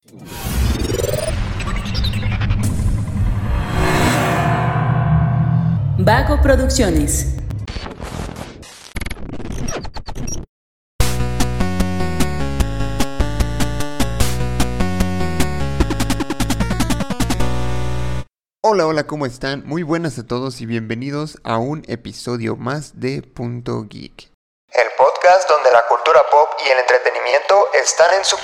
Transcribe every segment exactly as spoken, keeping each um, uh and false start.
Vago Producciones. Hola, hola, ¿cómo están? Muy buenas a todos y bienvenidos a un episodio más de Punto Geek. El podcast donde la cultura pop y el entretenimiento están en su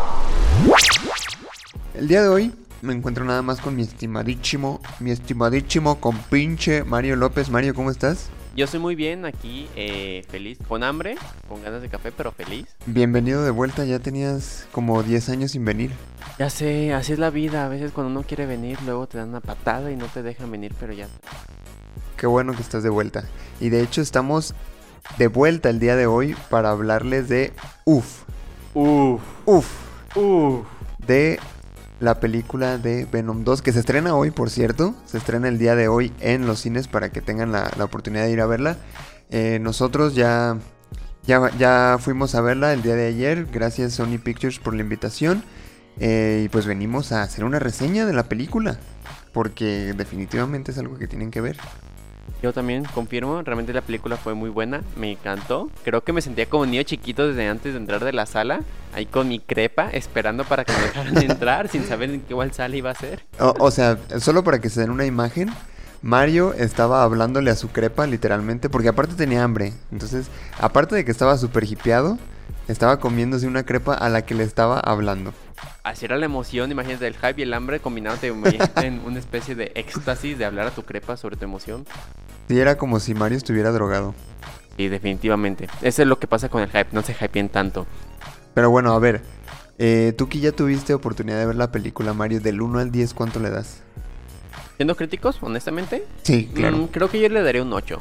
punto. El día de hoy me encuentro nada más con mi estimadísimo, mi estimadísimo compinche Mario López. Mario, ¿cómo estás? Yo soy muy bien aquí, eh, feliz, con hambre, con ganas de café, pero feliz. Bienvenido de vuelta, ya tenías como diez años sin venir. Ya sé, así es la vida, a veces cuando uno quiere venir, luego te dan una patada y no te dejan venir, pero ya. Qué bueno que estás de vuelta. Y de hecho estamos de vuelta el día de hoy para hablarles de Uf. Uf, Uf. uf. De la película de Venom dos, que se estrena hoy, por cierto. Se estrena el día de hoy en los cines para que tengan la, la oportunidad de ir a verla. Eh, nosotros ya, ya, ya fuimos a verla el día de ayer. Gracias Sony Pictures por la invitación. Eh, y pues venimos a hacer una reseña de la película, porque definitivamente es algo que tienen que ver. Yo también confirmo, realmente la película fue muy buena, me encantó. Creo que me sentía como un niño chiquito desde antes de entrar de la sala, ahí con mi crepa, esperando para que me dejaran entrar, sin saber en qué igual sala iba a ser. O, o sea, solo para que se den una imagen, Mario estaba hablándole a su crepa literalmente, porque aparte tenía hambre. Entonces, aparte de que estaba súper hipeado, estaba comiéndose una crepa a la que le estaba hablando. Así era la emoción, imagínate, el hype y el hambre combinados en una especie de éxtasis de hablar a tu crepa sobre tu emoción. Sí, era como si Mario estuviera drogado. Sí, definitivamente. Eso es lo que pasa con el hype, no se hypeen tanto. Pero bueno, a ver, eh, tú que ya tuviste oportunidad de ver la película, Mario, del uno al diez, ¿cuánto le das? Siendo críticos, honestamente, Sí, claro. mm, creo que yo le daré un ocho.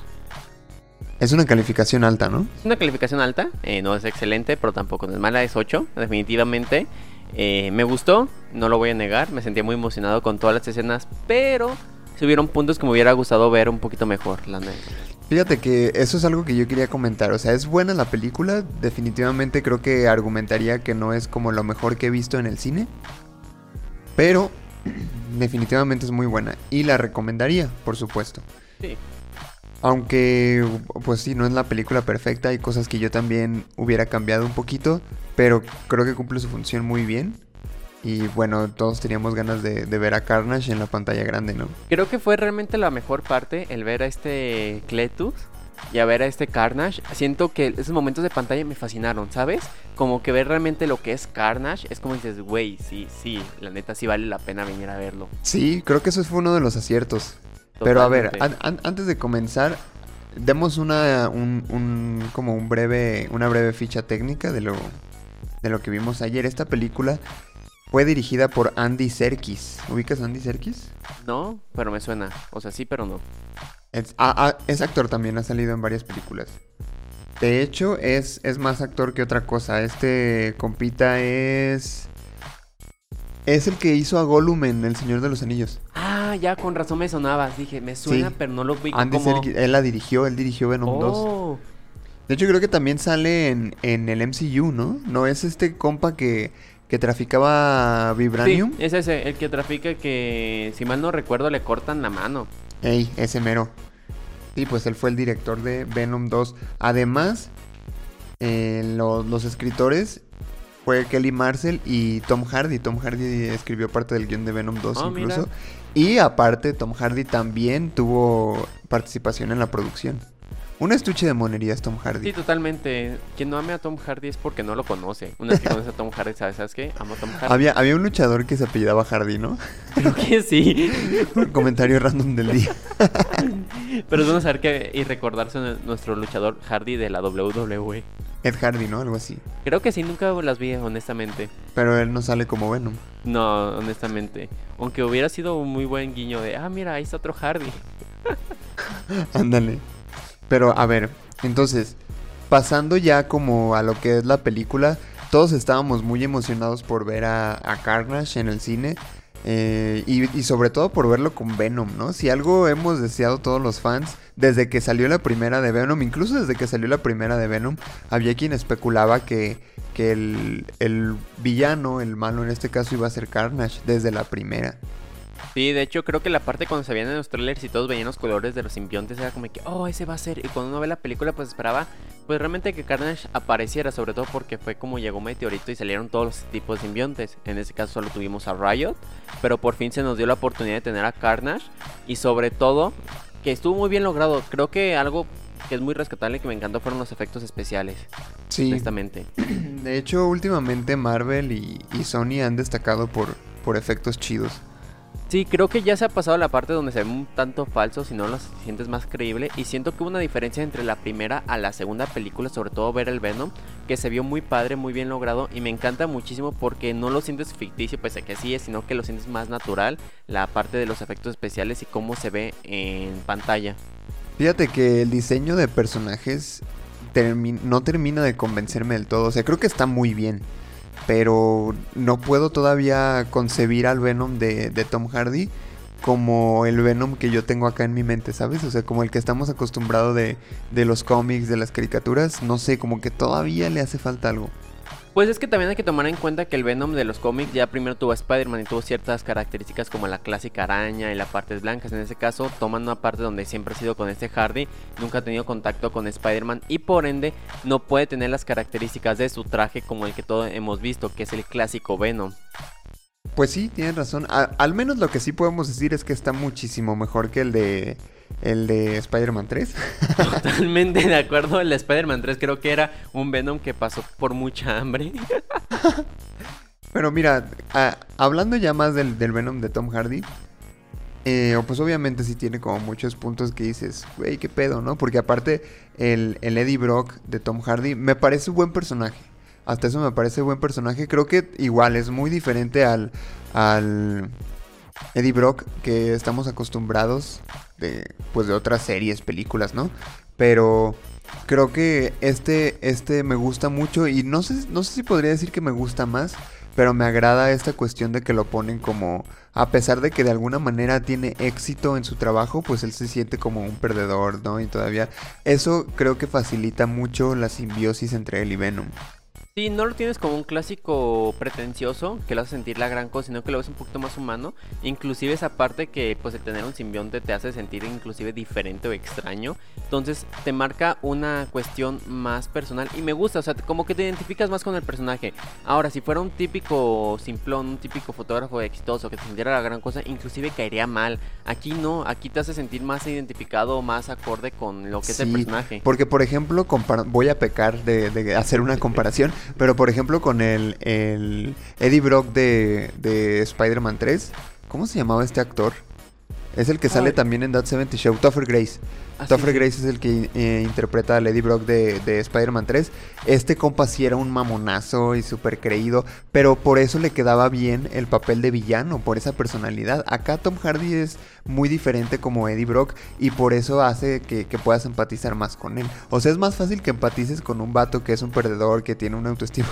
Es una calificación alta, ¿no? Es una calificación alta, eh, no es excelente, pero tampoco no es mala, es ocho, definitivamente. Eh, me gustó, no lo voy a negar, me sentía muy emocionado con todas las escenas, pero si hubieron puntos que me hubiera gustado ver un poquito mejor, la neta. Fíjate que eso es algo que yo quería comentar. O sea, es buena la película. Definitivamente creo que argumentaría que no es como lo mejor que he visto en el cine. Pero definitivamente es muy buena. Y la recomendaría, por supuesto. Sí. Aunque, pues sí, no es la película perfecta. Hay cosas que yo también hubiera cambiado un poquito. Pero creo que cumple su función muy bien. Y bueno, todos teníamos ganas de, de ver a Carnage en la pantalla grande, ¿no? Creo que fue realmente la mejor parte, el ver a este Cletus y a ver a este Carnage. Siento que esos momentos de pantalla me fascinaron, ¿sabes? Como que ver realmente lo que es Carnage, es como dices, güey, sí, sí, la neta sí vale la pena venir a verlo. Sí, creo que eso fue uno de los aciertos. Totalmente. Pero a ver, an- an- antes de comenzar, demos una, un, un, como un breve, una breve ficha técnica de lo, de lo que vimos ayer. Esta película fue dirigida por Andy Serkis. ¿Ubicas a Andy Serkis? No, pero me suena. O sea, sí, pero no. Es, ah, ah, es actor también, ha salido en varias películas. De hecho, es, es más actor que otra cosa. Este compita es... Es el que hizo a Gollum en El Señor de los Anillos. Ah, ya, con razón me sonaba. Dije, me suena, Sí. pero no lo vi Andy como... Serkis, él la dirigió, él dirigió Venom Oh. dos. De hecho, creo que también sale en, en el M C U, ¿no? ¿No es este compa que... que traficaba Vibranium? Sí, es ese, el que trafica que, si mal no recuerdo, le cortan la mano. Ey, ese mero. Sí, pues él fue el director de Venom dos. Además, eh, lo, los escritores fue Kelly Marcel y Tom Hardy. Tom Hardy escribió parte del guión de Venom dos Oh, incluso. mira. Y aparte, Tom Hardy también tuvo participación en la producción. Un estuche de monerías, Tom Hardy. Sí, totalmente. Quien no ame a Tom Hardy es porque no lo conoce. Una vez que conoce a Tom Hardy, ¿sabes, ¿sabes qué? Amo a Tom Hardy. Había, había un luchador que se apellidaba Hardy, ¿no? Creo que sí. Un comentario random del día. Pero es bueno saber que y recordarse de nuestro luchador Hardy de la W W E. Ed Hardy, ¿no? Algo así. Creo que sí, nunca las vi, honestamente. Pero él no sale como Venom. No, honestamente. Aunque hubiera sido un muy buen guiño de, ah, mira, ahí está otro Hardy. Ándale. Pero a ver, entonces, pasando ya como a lo que es la película, todos estábamos muy emocionados por ver a, a Carnage en el cine. Eh, y, y sobre todo por verlo con Venom, ¿no? Si algo hemos deseado todos los fans, desde que salió la primera de Venom, incluso desde que salió la primera de Venom, había quien especulaba que, que el, el villano, el malo en este caso, iba a ser Carnage desde la primera. Sí, de hecho creo que la parte cuando se veían en los trailers y todos veían los colores de los simbiontes era como que, oh, ese va a ser. Y cuando uno ve la película pues esperaba pues realmente que Carnage apareciera, sobre todo porque fue como llegó Meteorito y salieron todos los tipos de simbiontes. En este caso solo tuvimos a Riot, pero por fin se nos dio la oportunidad de tener a Carnage y sobre todo que estuvo muy bien logrado. Creo que algo que es muy rescatable y que me encantó fueron los efectos especiales. Sí. Honestamente. De hecho, últimamente Marvel y, y Sony han destacado por, por efectos chidos. Sí, creo que ya se ha pasado la parte donde se ve un tanto falso, si no lo sientes más creíble. Y siento que hubo una diferencia entre la primera a la segunda película, sobre todo ver el Venom, que se vio muy padre, muy bien logrado. Y me encanta muchísimo porque no lo sientes ficticio, pese a que sí es, sino que lo sientes más natural, la parte de los efectos especiales y cómo se ve en pantalla. Fíjate que el diseño de personajes termi- no termina de convencerme del todo. O sea, creo que está muy bien, pero no puedo todavía concebir al Venom de, de Tom Hardy como el Venom que yo tengo acá en mi mente, ¿sabes? O sea, como el que estamos acostumbrados de, de los cómics, de las caricaturas. No sé, como que todavía le hace falta algo. Pues es que también hay que tomar en cuenta que el Venom de los cómics ya primero tuvo a Spider-Man y tuvo ciertas características como la clásica araña y las partes blancas. En ese caso toman una parte donde siempre ha sido con este Hardy, nunca ha tenido contacto con Spider-Man y por ende no puede tener las características de su traje como el que todos hemos visto, que es el clásico Venom. Pues sí, tienes razón. A- al menos lo que sí podemos decir es que está muchísimo mejor que el de el de Spider-Man tres. Totalmente de acuerdo, el Spider-Man tres creo que era un Venom que pasó por mucha hambre. Pero mira, a- hablando ya más del, del Venom de Tom Hardy, eh, pues obviamente sí tiene como muchos puntos que dices, güey, qué pedo, ¿no? Porque aparte el, el Eddie Brock de Tom Hardy me parece un buen personaje. Hasta eso me parece buen personaje. Creo que igual es muy diferente al, al Eddie Brock que estamos acostumbrados de, pues de otras series, películas, ¿no? Pero creo que este, este me gusta mucho y no sé, no sé si podría decir que me gusta más, pero me agrada esta cuestión de que lo ponen como, a pesar de que de alguna manera tiene éxito en su trabajo, pues él se siente como un perdedor, ¿no? Y todavía eso creo que facilita mucho la simbiosis entre él y Venom. Sí, no lo tienes como un clásico pretencioso que lo hace sentir la gran cosa, sino que lo ves un poquito más humano. Inclusive esa parte que pues el tener un simbionte te hace sentir inclusive diferente o extraño. Entonces te marca una cuestión más personal y me gusta, o sea, como que te identificas más con el personaje. Ahora, si fuera un típico simplón, un típico fotógrafo exitoso que te sintiera la gran cosa, inclusive caería mal. Aquí no, aquí te hace sentir más identificado, más acorde con lo que es el Sí, personaje. porque por ejemplo, compara- voy a pecar de, de hacer una comparación, pero por ejemplo con el, el Eddie Brock de, de Spider-Man tres, ¿cómo se llamaba este actor? Es el que sale Ay. también en That setenta Show, Topher Grace. Ah, sí, Topher sí. Grace es el que eh, interpreta al Eddie Brock de, de Spider-Man tres. Este compa sí era un mamonazo y súper creído, pero por eso le quedaba bien el papel de villano, por esa personalidad. Acá Tom Hardy es muy diferente como Eddie Brock y por eso hace que, que puedas empatizar más con él. O sea, es más fácil que empatices con un vato que es un perdedor, que tiene una autoestima...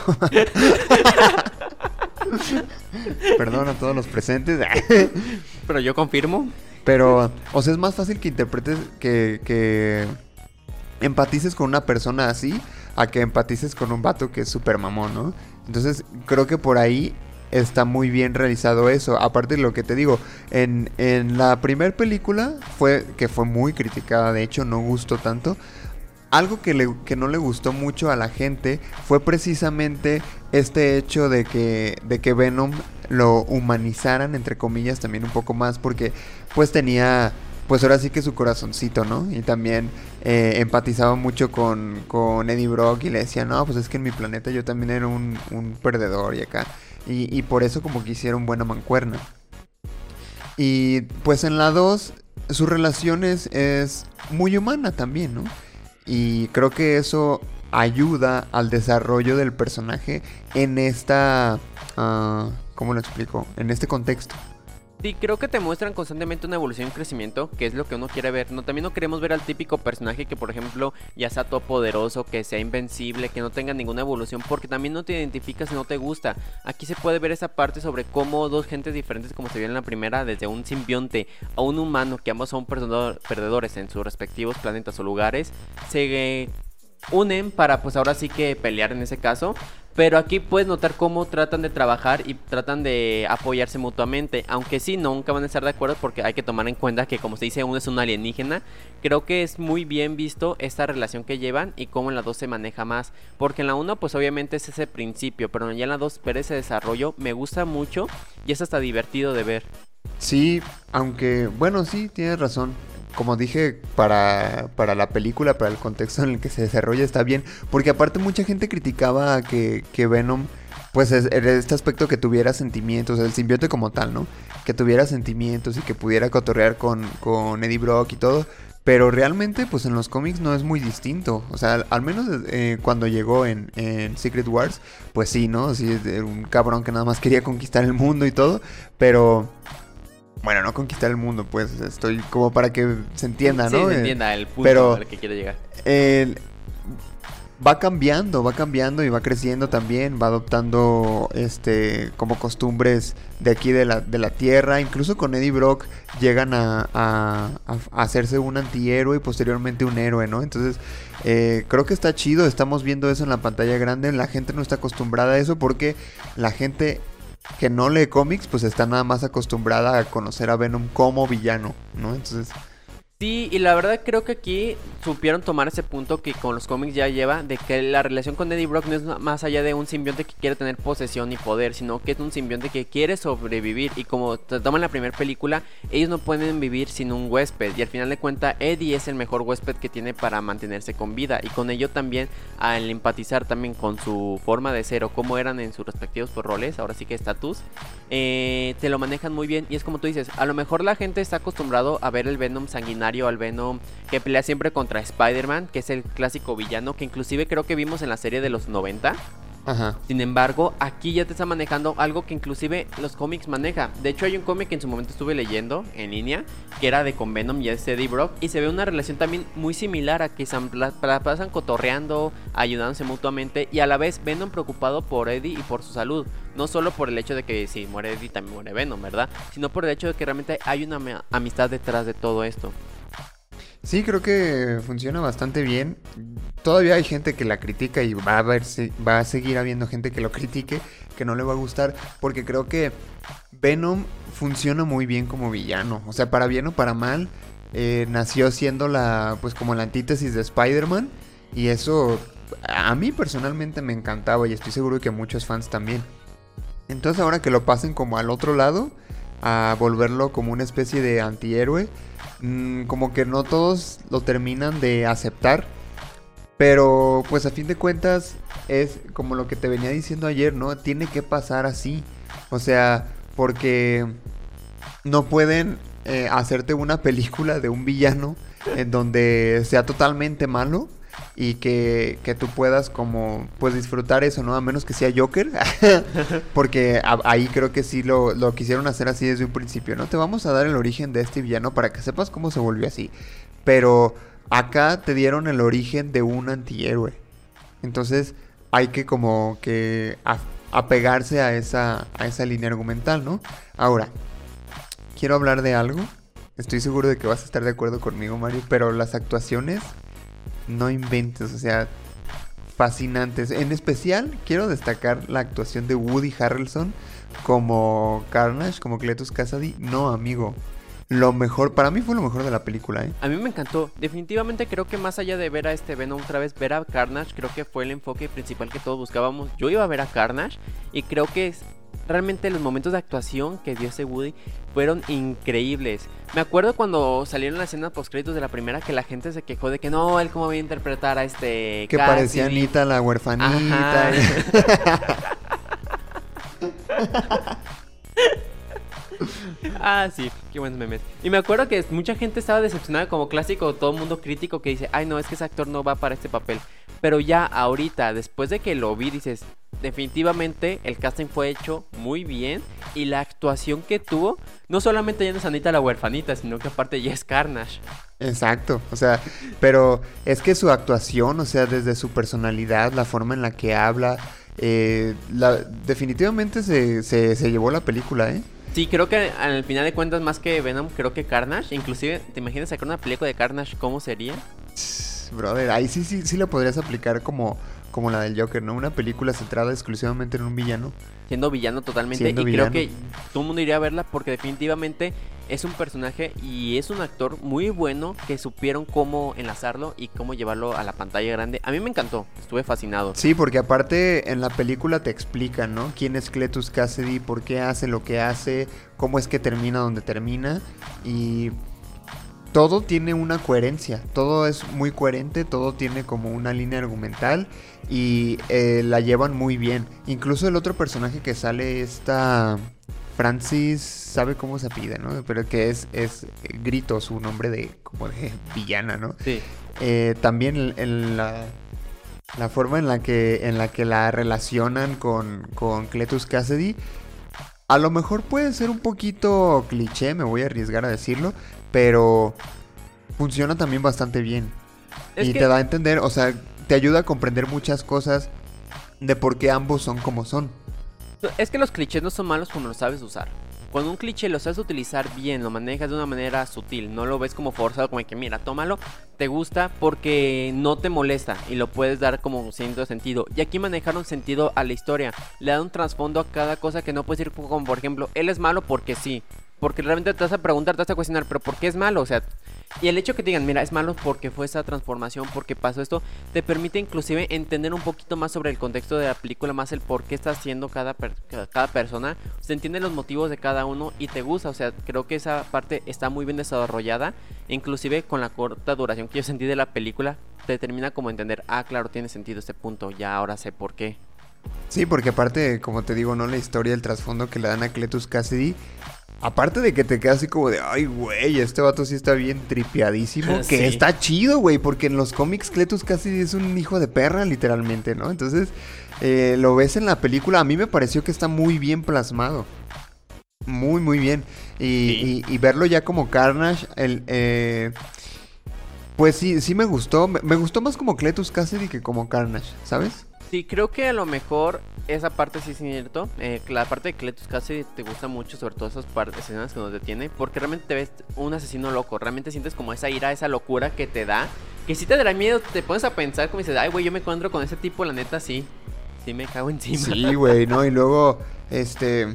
Perdón a todos los presentes. Pero yo confirmo. Pero, o sea, es más fácil que interpretes, que, que empatices con una persona así, a que empatices con un vato que es súper mamón, ¿no? Entonces, creo que por ahí está muy bien realizado eso. Aparte de lo que te digo, en, en la primera película, fue que fue muy criticada, de hecho, no gustó tanto. Algo que, le, que no le gustó mucho a la gente fue precisamente este hecho de que, de que Venom lo humanizaran, entre comillas, también un poco más, porque pues tenía, pues ahora sí que su corazoncito, ¿no? Y también eh, empatizaba mucho con, con Eddie Brock y le decía, no, pues es que en mi planeta yo también era un, un perdedor y acá. Y, y por eso como que hicieron buena mancuerna. Y pues en la dos, su relación es, es muy humana también, ¿no? Y creo que eso ayuda al desarrollo del personaje en esta... Uh, ¿cómo lo explico? En este contexto. Sí, creo que te muestran constantemente una evolución y un crecimiento, que es lo que uno quiere ver. No, también no queremos ver al típico personaje que, por ejemplo, ya sea todopoderoso, que sea invencible, que no tenga ninguna evolución, porque también no te identificas y no te gusta. Aquí se puede ver esa parte sobre cómo dos gentes diferentes, como se vio en la primera, desde un simbionte a un humano, que ambos son perdedor- perdedores en sus respectivos planetas o lugares, se unen para pues ahora sí que pelear en ese caso. Pero aquí puedes notar cómo tratan de trabajar y tratan de apoyarse mutuamente. Aunque sí, nunca van a estar de acuerdo porque hay que tomar en cuenta que, como se dice, uno es un alienígena. Creo que es muy bien visto esta relación que llevan y cómo en la dos se maneja más. Porque en la uno pues obviamente es ese principio, pero ya en la dos ver ese desarrollo me gusta mucho y es hasta divertido de ver. Sí, aunque, bueno, sí, tienes razón. Como dije, para, para la película, para el contexto en el que se desarrolla está bien. Porque aparte mucha gente criticaba que, que Venom, pues es, era este aspecto que tuviera sentimientos, el simbionte como tal, ¿no? Que tuviera sentimientos y que pudiera cotorrear con, con Eddie Brock y todo. Pero realmente, pues en los cómics no es muy distinto. O sea, al, al menos eh, cuando llegó en, en Secret Wars, pues sí, ¿no? Sí, era un cabrón que nada más quería conquistar el mundo y todo. Pero... Bueno, no conquistar el mundo, pues estoy como para que se entienda, ¿no? Sí, se Eh, entienda el punto pero- al que quiere llegar. el- va cambiando, va cambiando y va creciendo también, va adoptando este como costumbres de aquí de la, de la tierra. Incluso con Eddie Brock llegan a, a- a hacerse un antihéroe y posteriormente un héroe, ¿no? Entonces eh, creo que está chido, estamos viendo eso en la pantalla grande. La gente no está acostumbrada a eso porque la gente que no lee cómics pues está nada más acostumbrada a conocer a Venom como villano, ¿no? Entonces... Sí, y la verdad creo que aquí supieron tomar ese punto que con los cómics ya lleva, de que la relación con Eddie Brock no es más allá de un simbionte que quiere tener posesión y poder, sino que es un simbionte que quiere sobrevivir. Y como te toman la primera película, ellos no pueden vivir sin un huésped. Y al final de cuentas, Eddie es el mejor huésped que tiene para mantenerse con vida. Y con ello también, al empatizar también con su forma de ser o cómo eran en sus respectivos pues, roles, ahora sí que estatus, eh, te lo manejan muy bien. Y es como tú dices, a lo mejor la gente está acostumbrado a ver el Venom sanguinario, al Venom que pelea siempre contra Spider-Man, que es el clásico villano que inclusive creo que vimos en la serie de los noventa. Ajá. Sin embargo, aquí ya te está manejando algo que inclusive los cómics maneja. De hecho, hay un cómic que en su momento estuve leyendo en línea, que era de con Venom y es Eddie Brock, y se ve una relación también muy similar a que se la, la pasan cotorreando, ayudándose mutuamente, y a la vez Venom preocupado por Eddie y por su salud. No solo por el hecho de que si muere Eddie también muere Venom, ¿verdad? Sino por el hecho de que realmente hay una ama- amistad detrás de todo esto. Sí, creo que funciona bastante bien. Todavía hay gente que la critica y va a haber, va a seguir habiendo gente que lo critique, que no le va a gustar, porque creo que Venom funciona muy bien como villano. O sea, para bien o para mal, eh, nació siendo la, pues como la antítesis de Spider-Man, y eso a mí personalmente me encantaba y estoy seguro que a muchos fans también. Entonces ahora que lo pasen como al otro lado, a volverlo como una especie de antihéroe, mmm, como que no todos lo terminan de aceptar. Pero pues a fin de cuentas es como lo que te venía diciendo ayer, ¿no? Tiene que pasar así. O sea, porque no pueden eh, hacerte una película de un villano en donde sea totalmente malo y que, que tú puedas como pues disfrutar eso, ¿no? A menos que sea Joker. Porque a, ahí creo que sí lo, lo quisieron hacer así desde un principio, ¿no? Te vamos a dar el origen de este villano para que sepas cómo se volvió así. Pero acá te dieron el origen de un antihéroe. Entonces hay que como que a, apegarse a esa, a esa línea argumental, ¿no? Ahora, quiero hablar de algo. Estoy seguro de que vas a estar de acuerdo conmigo, Mario. Pero las actuaciones, no inventes, o sea, fascinantes. En especial, quiero destacar la actuación de Woody Harrelson como Carnage, como Cletus Kasady. No, amigo. Lo mejor, para mí fue lo mejor de la película, ¿eh? A mí me encantó. Definitivamente creo que más allá de ver a este Venom otra vez, ver a Carnage, creo que fue el enfoque principal que todos buscábamos. Yo iba a ver a Carnage y creo que es, realmente los momentos de actuación que dio ese Woody fueron increíbles. Me acuerdo cuando salieron las escenas post créditos de la primera que la gente se quejó de que no, él cómo va a interpretar a este Que Cassidy. parecía Anita la huerfanita. Ah, sí, qué buenos memes. Y me acuerdo que mucha gente estaba decepcionada como clásico, todo el mundo crítico que dice, ay no, es que ese actor no va para este papel. Pero ya ahorita, después de que lo vi, dices, definitivamente el casting fue hecho muy bien. Y la actuación que tuvo, no solamente ya no es Anita la huerfanita, sino que aparte ya es Carnage. Exacto, o sea, pero es que su actuación, o sea, desde su personalidad, la forma en la que habla, eh, la, definitivamente se, se, se llevó la película, ¿eh? Sí, creo que al final de cuentas, más que Venom, creo que Carnage. Inclusive, ¿te imaginas sacar una película de Carnage? ¿Cómo sería? Brother, ahí sí, sí, sí lo podrías aplicar como, como la del Joker, ¿no? Una película centrada exclusivamente en un villano. Siendo villano totalmente. Siendo y villano. creo que todo el mundo iría a verla porque definitivamente es un personaje y es un actor muy bueno que supieron cómo enlazarlo y cómo llevarlo a la pantalla grande. A mí me encantó, estuve fascinado. Sí, porque aparte en la película te explican, ¿no? Quién es Cletus Cassidy, por qué hace lo que hace, cómo es que termina donde termina y todo tiene una coherencia, todo es muy coherente, todo tiene como una línea argumental y eh, la llevan muy bien. Incluso el otro personaje que sale, esta Francis, sabe cómo se pide, ¿no? Pero que es, es Grito, su nombre de como de villana, ¿no? Sí. Eh, también en, en la, la forma en la que, en la que la relacionan con, con Cletus Cassidy, a lo mejor puede ser un poquito cliché, me voy a arriesgar a decirlo, pero funciona también bastante bien. Es y que- te da a entender, o sea, te ayuda a comprender muchas cosas de por qué ambos son como son. Es que los clichés no son malos cuando los sabes usar. Cuando un cliché lo sabes utilizar bien, lo manejas de una manera sutil, no lo ves como forzado, como que mira, tómalo, te gusta porque no te molesta y lo puedes dar como cierto sentido. Y aquí manejaron sentido a la historia, le dan un trasfondo a cada cosa que no puedes ir como por ejemplo, él es malo porque sí. Porque realmente te vas a preguntar, te vas a cuestionar, pero ¿por qué es malo? O sea, y el hecho que te digan, mira, es malo porque fue esa transformación, porque pasó esto, te permite inclusive entender un poquito más sobre el contexto de la película, más el por qué está haciendo cada, per- cada, cada persona. Se entienden los motivos de cada uno y te gusta, o sea, creo que esa parte está muy bien desarrollada. Inclusive con la corta duración que yo sentí de la película, te termina como entender, ah, claro, tiene sentido este punto, ya ahora sé por qué. Sí, porque aparte, como te digo, ¿no? La historia, el trasfondo que le dan a Cletus Cassidy, aparte de que te quedas así como de, ay, güey, este vato sí está bien tripeadísimo. Sí. Que está chido, güey, porque en los cómics Cletus Cassidy es un hijo de perra, literalmente, ¿no? Entonces, eh, lo ves en la película, a mí me pareció que está muy bien plasmado. Muy, muy bien. Y, Sí. y- y verlo ya como Carnage, el... eh, pues sí, sí me gustó. Me, me gustó más como Cletus Cassidy que como Carnage, ¿sabes? Sí, creo que a lo mejor esa parte sí es cierto. Eh, la parte de Cletus Cassidy te gusta mucho, sobre todo esas partes, escenas que nos detiene, porque realmente te ves un asesino loco. Realmente sientes como esa ira, esa locura que te da, que si te dará miedo, te pones a pensar como dices, ay, güey, yo me encuentro con ese tipo, la neta, sí. Sí me cago encima. Sí, güey, ¿no? Y luego, este...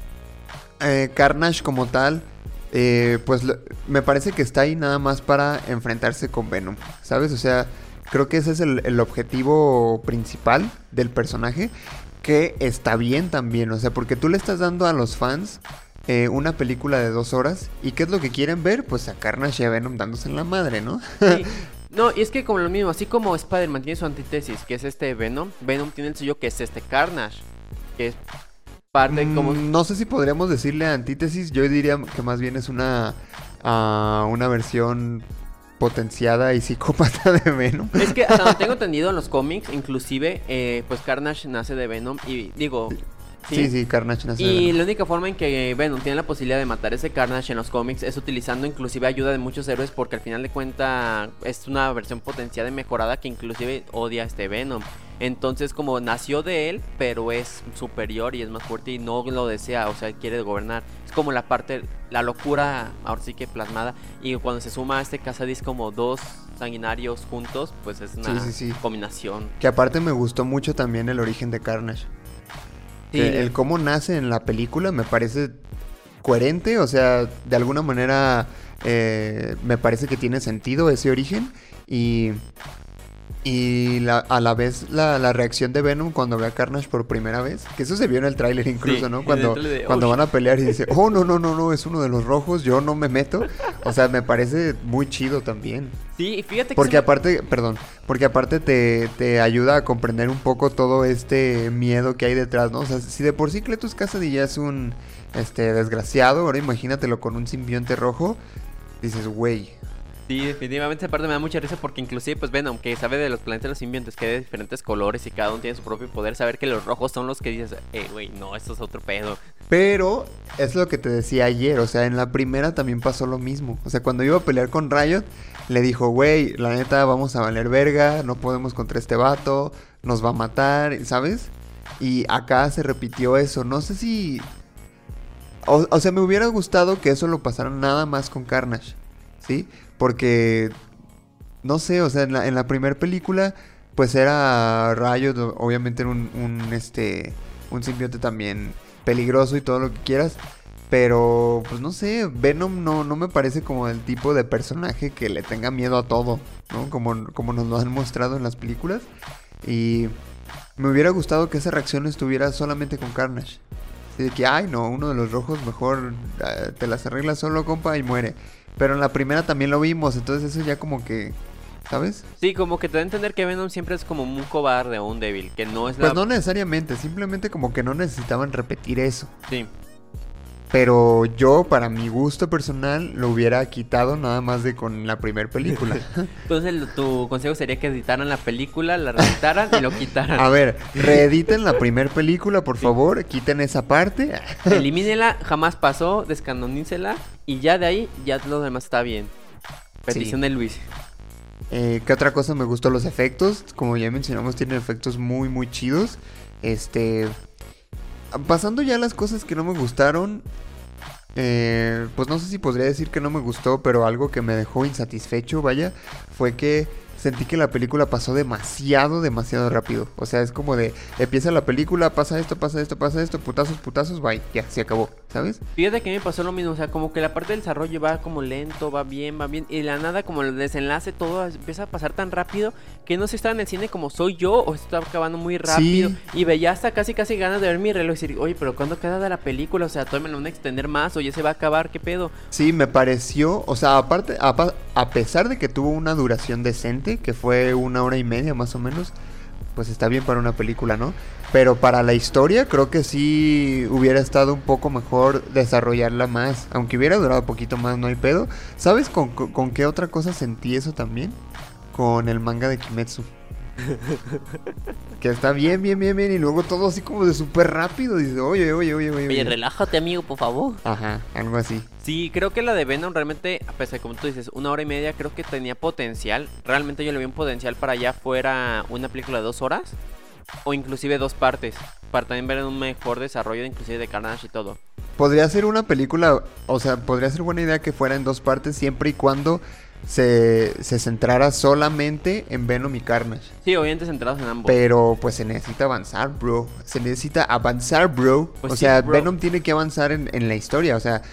eh, Carnage como tal, eh, pues lo- me parece que está ahí nada más para enfrentarse con Venom, ¿sabes? O sea, creo que ese es el, el objetivo principal del personaje, que está bien también, o sea, porque tú le estás dando a los fans eh, una película de dos horas, ¿y qué es lo que quieren ver? Pues a Carnage y a Venom dándose en la madre, ¿no? Sí. No, y es que como lo mismo, así como Spider-Man tiene su antítesis, que es este Venom, Venom tiene el suyo que es este Carnage, que es parte como... Mm, no sé si podríamos decirle antítesis, yo diría que más bien es una, ah, una versión potenciada y psicópata de Venom. Es que hasta donde tengo entendido en los cómics, inclusive, eh, pues Carnage nace de Venom y digo... Sí, sí, Carnage nace de Y Venom. la única forma en que Venom tiene la posibilidad de matar ese Carnage en los cómics es utilizando inclusive ayuda de muchos héroes, porque al final de cuentas es una versión potenciada y mejorada que inclusive odia a este Venom. Entonces como nació de él, pero es superior y es más fuerte y no lo desea, o sea, quiere gobernar. Es como la parte, la locura ahora sí que plasmada. Y cuando se suma a este Cassidy como dos sanguinarios juntos, pues es una Sí, sí, sí. combinación. Que aparte me gustó mucho también el origen de Carnage. Sí, Que el cómo nace en la película me parece coherente, o sea, de alguna manera eh, me parece que tiene sentido ese origen y, y la- a la vez la, la reacción de Venom cuando ve a Carnage por primera vez, que eso se vio en el tráiler incluso, Sí, ¿no? en Cuando, el tráiler de, cuando "Oh, van a pelear y dice, oh, no, no, no, no, es uno de los rojos, yo no me meto. O sea, me parece muy chido también. sí, y fíjate que Porque se me- aparte, perdón, porque aparte te, te ayuda a comprender un poco todo este miedo que hay detrás, ¿no? O sea, si de por sí Cletus Cassidy ya es un este desgraciado, ahora imagínatelo con un simbionte rojo, dices, güey. Sí, definitivamente esa parte me da mucha risa porque inclusive pues Venom, que sabe de los planetas de los simbiontes, que hay de diferentes colores y cada uno tiene su propio poder, saber que los rojos son los que dices, eh, güey, no, esto es otro pedo. Pero es lo que te decía ayer, o sea, en la primera también pasó lo mismo. O sea, cuando iba a pelear con Riot, le dijo, güey, la neta, vamos a valer verga, no podemos contra este vato, nos va a matar, ¿sabes? Y acá se repitió eso, no sé si... O, o sea, me hubiera gustado que eso lo pasara nada más con Carnage, ¿sí? Porque, no sé, o sea, en la, en la primera película pues era Riot, o- obviamente era un, un, este, un simbionte también peligroso y todo lo que quieras. Pero, pues no sé, Venom no, no me parece como el tipo de personaje que le tenga miedo a todo, ¿no? Como, como nos lo han mostrado en las películas. Y me hubiera gustado que esa reacción estuviera solamente con Carnage. Así de que, ay, no, uno de los rojos mejor eh, te las arreglas solo, compa, y muere. Pero en la primera también lo vimos, entonces eso ya como que, ¿sabes? Sí, como que te da a entender que Venom siempre es como un cobarde o un débil, que no es Pues la... no necesariamente, simplemente como que no necesitaban repetir eso. Sí. Pero yo, para mi gusto personal, lo hubiera quitado nada más de con la primera película. Entonces el- tu consejo sería que editaran la película, la reeditaran y lo quitaran. A ver, reediten la primera película, por favor, quiten esa parte. Elimínela, jamás pasó, descanonícela y ya de ahí, ya lo demás está bien. Petición Sí. de Luis. Eh, ¿qué otra cosa me gustó? Los efectos, como ya mencionamos, tienen efectos muy, muy chidos. Este... Pasando ya a las cosas que no me gustaron, eh, pues no sé si podría decir que no me gustó, pero algo que me dejó insatisfecho, vaya, fue que sentí que la película pasó demasiado, demasiado rápido. O sea, es como de, empieza la película, pasa esto, pasa esto, pasa esto, putazos, putazos, bye, ya, se acabó, ¿sabes? Fíjate que me pasó lo mismo, o sea, como que la parte del desarrollo va como lento, va bien, va bien, y de la nada como el desenlace todo empieza a pasar tan rápido que no sé si estaba en el cine como soy yo o se estaba acabando muy rápido. Sí. Y veía hasta casi casi ganas de ver mi reloj y decir, oye, pero ¿cuándo queda de la película? O sea, todavía me lo van a extender más o ya se va a acabar, ¿qué pedo? Sí, me pareció, o sea, aparte, a, pa- a pesar de que tuvo una duración decente, que fue una hora y media más o menos, pues está bien para una película, ¿no? Pero para la historia creo que sí hubiera estado un poco mejor desarrollarla más, aunque hubiera durado un poquito más, no hay pedo. ¿Sabes con, con, con qué otra cosa sentí eso también? Con el manga de Kimetsu. Que está bien, bien, bien, bien, y luego todo así como de súper rápido, dice, oye, oye, oye, oye. Oye, oye. relájate, amigo, por favor. Ajá, algo así. Sí, creo que la de Venom realmente, a pesar de como tú dices, una hora y media, creo que tenía potencial. Realmente yo le vi un potencial para ya fuera una película de dos horas. O inclusive dos partes. Para también ver un mejor desarrollo inclusive de Carnage y todo. Podría ser una película, o sea, podría ser buena idea que fuera en dos partes siempre y cuando se, se centrara solamente en Venom y Carnage. Sí, obviamente centrados en ambos. Pero pues se necesita avanzar, bro. Se necesita avanzar, bro. Pues o sí, sea, bro. Venom tiene que avanzar en, en la historia. O sea,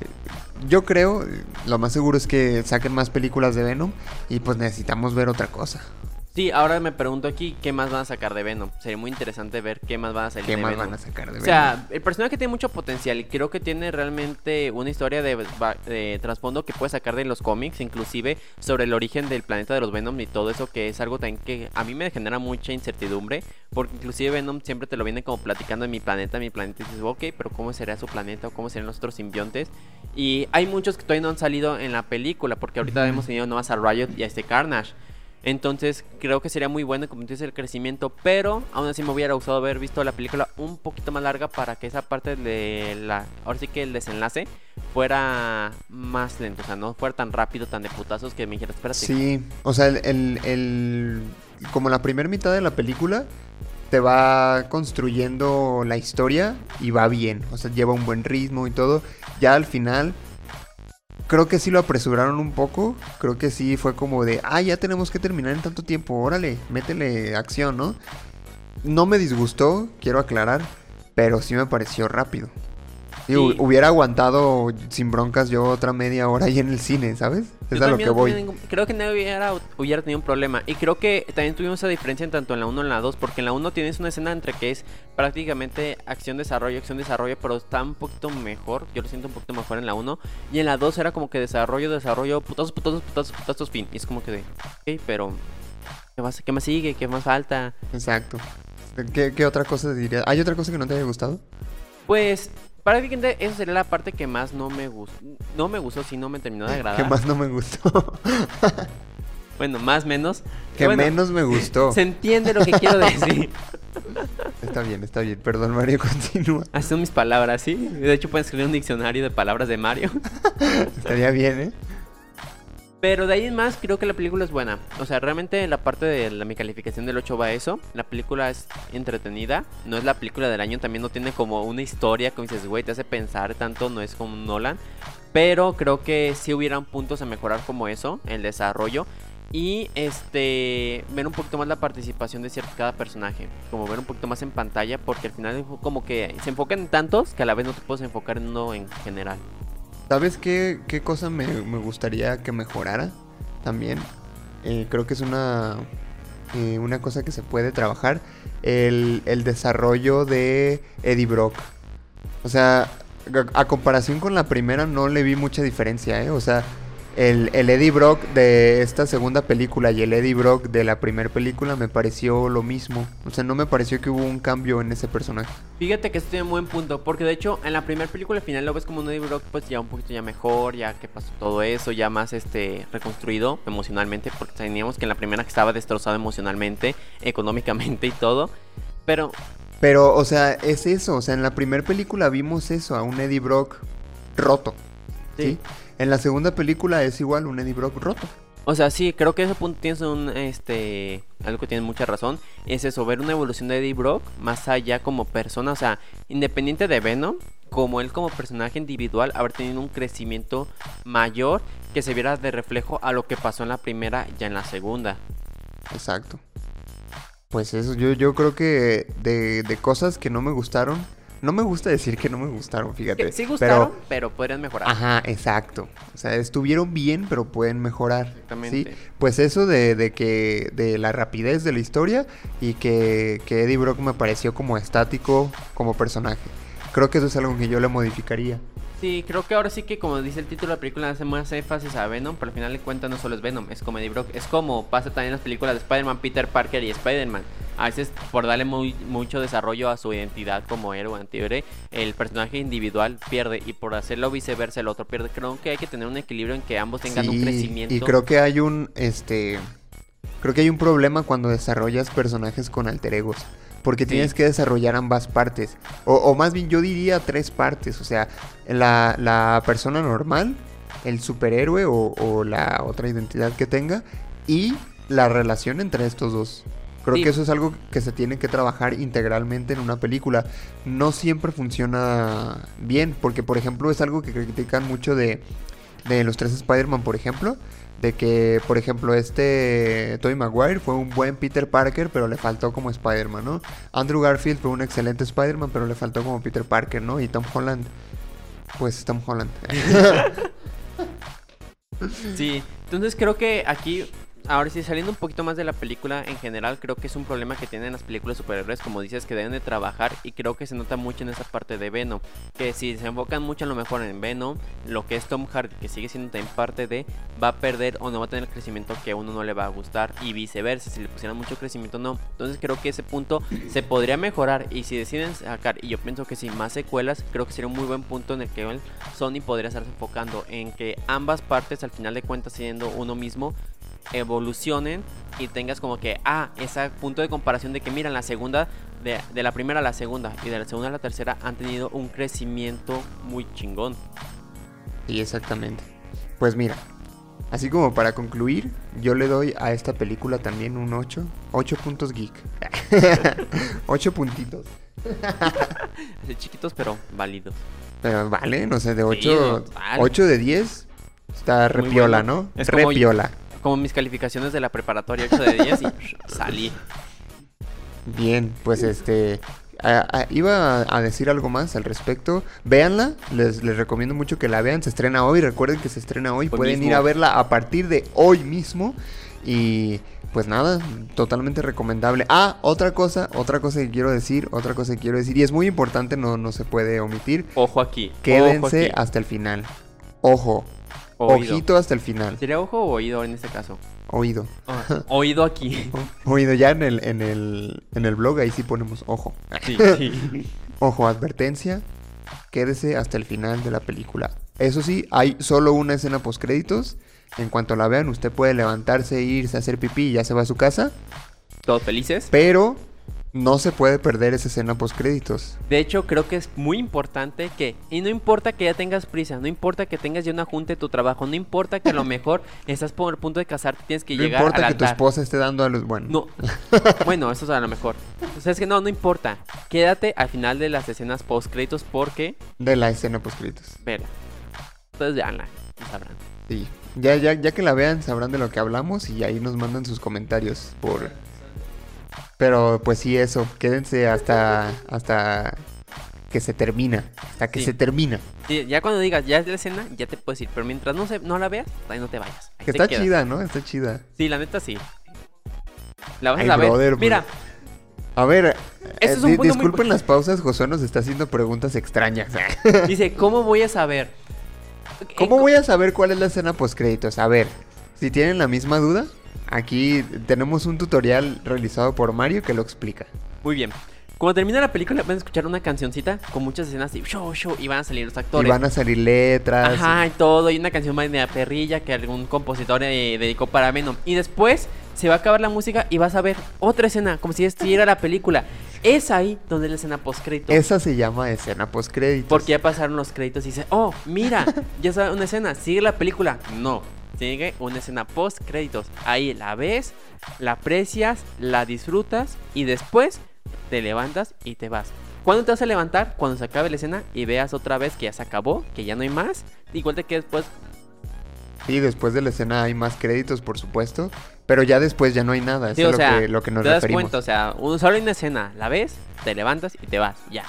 yo creo, lo más seguro es que saquen más películas de Venom y pues necesitamos ver otra cosa. Sí, ahora me pregunto aquí qué más van a sacar de Venom. Sería muy interesante ver qué más van a salir ¿Qué de más Venom. van a sacar de O Venom? sea, el personaje tiene mucho potencial y creo que tiene realmente una historia de, va- de trasfondo que puede sacar de los cómics, inclusive sobre el origen del planeta de los Venom y todo eso, que es algo también que a mí me genera mucha incertidumbre, porque inclusive Venom siempre te lo viene como platicando en mi planeta, mi planeta, y dices, ok, pero ¿cómo sería su planeta o cómo serían los otros simbiontes? Y hay muchos que todavía no han salido en la película, porque ahorita Ujú. hemos tenido nomás a Riot y a este Carnage. Entonces creo que sería muy bueno como tú dices el crecimiento, pero aún así me hubiera gustado haber visto la película un poquito más larga para que esa parte de la, ahora sí que el desenlace fuera más lento, o sea, no fuera tan rápido, tan de putazos que me dijeras, espérate. Sí, o sea, el, el, el- como la primera mitad de la película te va construyendo la historia y va bien, o sea, lleva un buen ritmo y todo. Ya al final, creo que sí lo apresuraron un poco, creo que sí fue como de, ah, ya tenemos que terminar en tanto tiempo, órale, métele acción, ¿no? No me disgustó, quiero aclarar, pero sí me pareció rápido. Digo, Sí. hubiera aguantado sin broncas yo otra media hora ahí en el cine, ¿sabes? Yo Es a lo también que no voy. tenía ningún- creo que nadie hubiera, hubiera tenido un problema. Y creo que también tuvimos esa diferencia en tanto en la uno y en la dos. Porque en la uno tienes una escena entre que es prácticamente acción-desarrollo, acción-desarrollo. Pero está un poquito mejor. Yo lo siento un poquito mejor en la uno. Y en la dos era como que desarrollo, desarrollo, putazos, putazos, putazos, putazos, fin. Y es como que de, ok, pero ¿qué más, qué más sigue? ¿Qué más falta? Exacto. ¿Qué, qué otra cosa dirías? ¿Hay otra cosa que no te haya gustado? Pues prácticamente esa sería la parte que más no me gustó. No me gustó, sí, no me terminó de agradar. ¿Qué más no me gustó? Bueno, más menos. Que Bueno, menos me gustó. Se entiende lo que quiero decir. Está bien, está bien. Perdón, Mario, continúa. Así son mis palabras, ¿sí? De hecho, pueden escribir un diccionario de palabras de Mario. Estaría bien, ¿eh? Pero de ahí en más, creo que la película es buena. O sea, realmente la parte de la, mi calificación del ocho va a eso. La película es entretenida. No es la película del año. También no tiene como una historia. Como dices, güey, te hace pensar tanto. No es como un Nolan. Pero creo que sí hubieran puntos a mejorar como eso. El desarrollo. Y este ver un poquito más la participación de cierto cada personaje, como ver un poquito más en pantalla, porque al final como que se enfocan en tantos que a la vez no te puedes enfocar en uno en general. ¿Sabes qué, qué cosa me, me gustaría que mejorara también? Eh, creo que es una, eh, una cosa que se puede trabajar. El, el desarrollo de Eddie Brock. O sea, a, a comparación con la primera no le vi mucha diferencia, ¿eh? O sea, el, el Eddie Brock de esta segunda película y el Eddie Brock de la primera película me pareció lo mismo. O sea, no me pareció que hubo un cambio en ese personaje. Fíjate que esto tiene un buen punto, porque de hecho en la primera película al final lo ves como un Eddie Brock pues ya un poquito ya mejor, ya que pasó todo eso, ya más este reconstruido emocionalmente, porque teníamos que en la primera que estaba destrozado emocionalmente, económicamente y todo, pero... Pero, o sea, es eso, o sea, en la primera película vimos eso, a un Eddie Brock roto, ¿sí? ¿sí? En la segunda película es igual un Eddie Brock roto. O sea, sí, creo que ese punto tienes un, este, algo que tienes mucha razón, es eso, ver una evolución de Eddie Brock más allá como persona, o sea, independiente de Venom, como él como personaje individual, haber tenido un crecimiento mayor que se viera de reflejo a lo que pasó en la primera y en la segunda. Exacto. Pues eso, yo, yo creo que de, de cosas que no me gustaron, no me gusta decir que no me gustaron, fíjate. Que sí gustaron, pero, pero podrían mejorar. Ajá, exacto. O sea, estuvieron bien, pero pueden mejorar. Exactamente. ¿Sí? Pues eso de, de que de la rapidez de la historia y que, que Eddie Brock me pareció como estático como personaje. Creo que eso es algo que yo le modificaría. Sí, creo que ahora sí que como dice el título de la película hace más énfasis a Venom, pero al final de cuentas no solo es Venom, es como Eddie Brock, es como pasa también en las películas de Spider-Man, Peter Parker y Spider-Man. A veces por darle muy, mucho desarrollo a su identidad como héroe antihéroe, el personaje individual pierde y por hacerlo viceversa el otro pierde. Creo que hay que tener un equilibrio en que ambos tengan Sí, un crecimiento. Y creo que hay un este creo que hay un problema cuando desarrollas personajes con alter egos. Porque tienes sí. que desarrollar ambas partes. O, o más bien yo diría tres partes. O sea, la, la persona normal, el superhéroe o, o la otra identidad que tenga. Y la relación entre estos dos. Creo sí. que eso es algo que se tiene que trabajar integralmente en una película. No siempre funciona bien. Porque, por ejemplo, es algo que critican mucho de, de los tres Spider-Man, por ejemplo. De que, por ejemplo, este Tobey Maguire fue un buen Peter Parker, pero le faltó como Spider-Man, ¿no? Andrew Garfield fue un excelente Spider-Man, pero le faltó como Peter Parker, ¿no? Y Tom Holland, pues Tom Holland. Sí, entonces creo que aquí, ahora sí, saliendo un poquito más de la película en general, creo que es un problema que tienen las películas superhéroes, como dices, que deben de trabajar, y creo que se nota mucho en esa parte de Venom, que si se enfocan mucho a lo mejor en Venom, lo que es Tom Hardy, que sigue siendo también parte de, va a perder o no va a tener el crecimiento que a uno no le va a gustar, y viceversa, si le pusieran mucho crecimiento no. Entonces creo que ese punto se podría mejorar, y si deciden sacar, y yo pienso que si más secuelas, creo que sería un muy buen punto en el que Sony podría estarse enfocando en que ambas partes al final de cuentas siendo uno mismo evolucionen y tengas como que ah, ese punto de comparación de que mira, en la segunda de, de la primera a la segunda y de la segunda a la tercera han tenido un crecimiento muy chingón. Sí, exactamente. Pues mira, así como para concluir, yo le doy a esta película también un ocho, ocho puntos geek. ocho puntitos. Así chiquitos pero válidos. Pero vale, no sé, de ocho, sí, vale. ocho de diez está repiola, bueno, ¿no? Es repiola. Como mis calificaciones de la preparatoria, ocho de diez y salí. Bien, pues este... A, a, iba a decir algo más al respecto. Véanla, les, les recomiendo mucho que la vean. Se estrena hoy, recuerden que se estrena hoy. Hoy Pueden mismo. ir a verla a partir de hoy mismo. Y pues nada, totalmente recomendable. Ah, otra cosa, otra cosa que quiero decir, otra cosa que quiero decir. Y es muy importante, no, no se puede omitir. Ojo aquí. Quédense ojo aquí. hasta el final. Ojo. Oído. Ojito hasta el final. ¿Sería ojo o oído en este caso? Oído. Oh, oído aquí. Oído, ya en el, en el, en el blog ahí sí ponemos ojo. Sí, sí. Ojo, advertencia. Quédese hasta el final de la película. Eso sí, hay solo una escena postcréditos. En cuanto la vean, usted puede levantarse, irse a hacer pipí y ya se va a su casa. ¿Todos felices? Pero no se puede perder esa escena postcréditos. De hecho, creo que es muy importante que... Y no importa que ya tengas prisa, no importa que tengas ya una junta de tu trabajo, no importa que a lo mejor estás por el punto de casarte, tienes que no llegar al altar. No importa que tu esposa esté dando a los... Bueno. No. Bueno, eso es a lo mejor. O sea, es que no, no importa. Quédate al final de las escenas postcréditos porque... De la escena postcréditos. Vela. Entonces, veanla. y sabrán. Sí, ya, ya, ya que la vean sabrán de lo que hablamos y ahí nos mandan sus comentarios por... Pero pues sí, eso, quédense hasta, hasta que se termina, hasta que Sí. se termina. Sí, ya cuando digas, ya es la escena, ya te puedes ir. Pero mientras no se, no la veas, ahí no te vayas. Ahí Que te está quedas. chida, ¿no? Está chida. Sí, la neta sí. La vas Ay, a ver. brother, Mira, A ver, Ese eh, es un di- punto muy disculpen impo- las pausas, Josué nos está haciendo preguntas extrañas. dice, ¿cómo voy a saber? ¿Cómo Eh, voy a saber cuál es la escena postcréditos? A ver, si tienen la misma duda, aquí tenemos un tutorial realizado por Mario que lo explica. Muy bien. Cuando termina la película van a escuchar una cancioncita con muchas escenas de show, show, y van a salir los Y actores. van a salir letras. Ajá, y todo, y una canción más de la perrilla que algún compositor eh, dedicó para Venom. Y después se va a acabar la música y vas a ver otra escena, como si estuviera la película. Es ahí donde es la escena postcrédito. Esa se llama escena postcréditos. Porque ya pasaron los créditos y dice, oh, mira, ya está una escena, sigue la película. No, sigue una escena post créditos. Ahí la ves, la aprecias, la disfrutas y después te levantas y te vas. ¿Cuándo te vas a levantar? Cuando se acabe la escena y veas otra vez que ya se acabó, que ya no hay más. Igual de que después, Sí, después de la escena hay más créditos, por supuesto. Pero ya después ya no hay nada. Eso sí, o es lo, sea, que, lo que nos te das referimos. cuenta, o sea, un, solo hay una escena, la ves, te levantas y te vas, ya.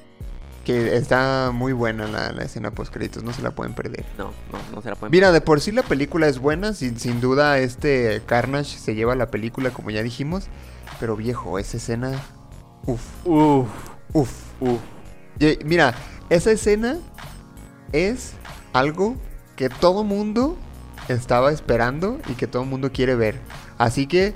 Que está muy buena la, la escena postcréditos, no se la pueden perder. No, no, no se la pueden. Mira, de por sí la película es buena, sin, sin duda este Carnage se lleva la película, como ya dijimos. Pero viejo, esa escena... Uf, Uf, uf. uf. Y, mira, esa escena es algo que todo mundo estaba esperando y que todo mundo quiere ver. Así que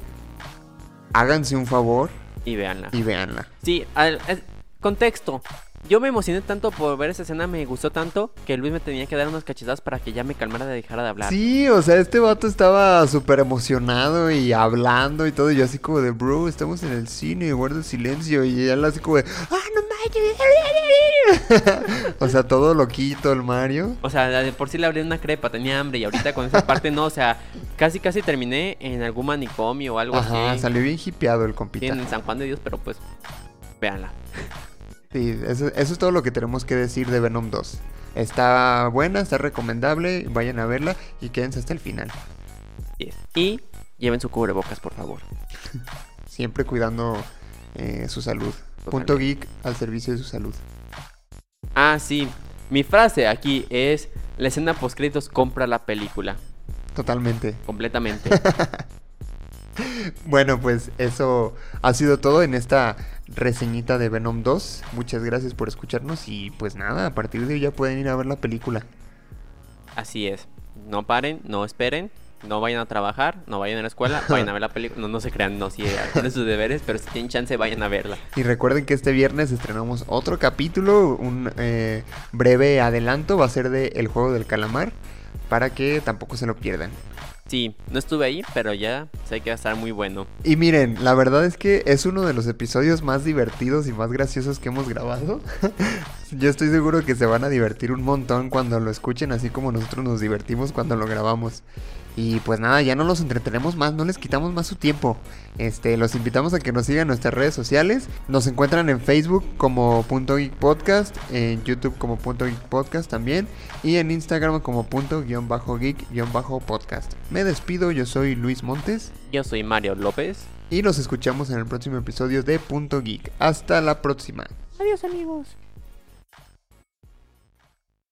háganse un favor Y véanla. y véanla. Sí, al- es- contexto. Yo me emocioné tanto por ver esa escena, me gustó tanto que Luis me tenía que dar unas cachetadas para que ya me calmara de dejara de hablar. Sí, o sea, este vato estaba súper emocionado y hablando y todo. Y yo así como de, bro, estamos en el cine, guarda el silencio. Y él así como de, ah, no manches. O sea, todo loquito el Mario. O sea, de por sí le abrí una crepa, tenía hambre y ahorita con esa parte no, o sea, casi casi terminé en algún manicomio o algo Ajá, así. salió bien hipeado el Sí, compita. en San Juan de Dios, pero pues, véanla. Sí, eso, eso es todo lo que tenemos que decir de Venom dos. Está buena, está recomendable, vayan a verla y quédense hasta el final. Así es. Y lleven su cubrebocas, por favor. Siempre cuidando eh, su salud. Punto Geek al servicio de su salud. Ah, sí. Mi frase aquí es, la escena postcréditos compra la película. Totalmente. Completamente. Bueno, pues eso ha sido todo en esta reseñita de Venom dos. Muchas gracias por escucharnos y pues nada, a partir de hoy ya pueden ir a ver la película. Así es. No paren, no esperen, no vayan a trabajar, no vayan a la escuela, vayan a ver la película. No, no se crean, no, sí, hagan sus deberes, pero si tienen chance, vayan a verla. Y recuerden que este viernes estrenamos otro capítulo, un eh, breve adelanto, va a ser de El Juego del Calamar, para que tampoco se lo pierdan. Sí, no estuve ahí, pero ya sé que va a estar muy bueno. Y miren, la verdad es que es uno de los episodios más divertidos y más graciosos que hemos grabado. Yo estoy seguro que se van a divertir un montón cuando lo escuchen, así como nosotros nos divertimos cuando lo grabamos. Y pues nada, ya no los entretenemos más, no les quitamos más su tiempo. Este, los invitamos a que nos sigan en nuestras redes sociales. Nos encuentran en Facebook como Punto Geek Podcast, en YouTube como Punto Geek Podcast también, y en Instagram como Punto guión bajo Geek guión bajo Podcast. Me despido, yo soy Luis Montes. Yo soy Mario López. Y nos escuchamos en el próximo episodio de Punto Geek. Hasta la próxima. Adiós, amigos.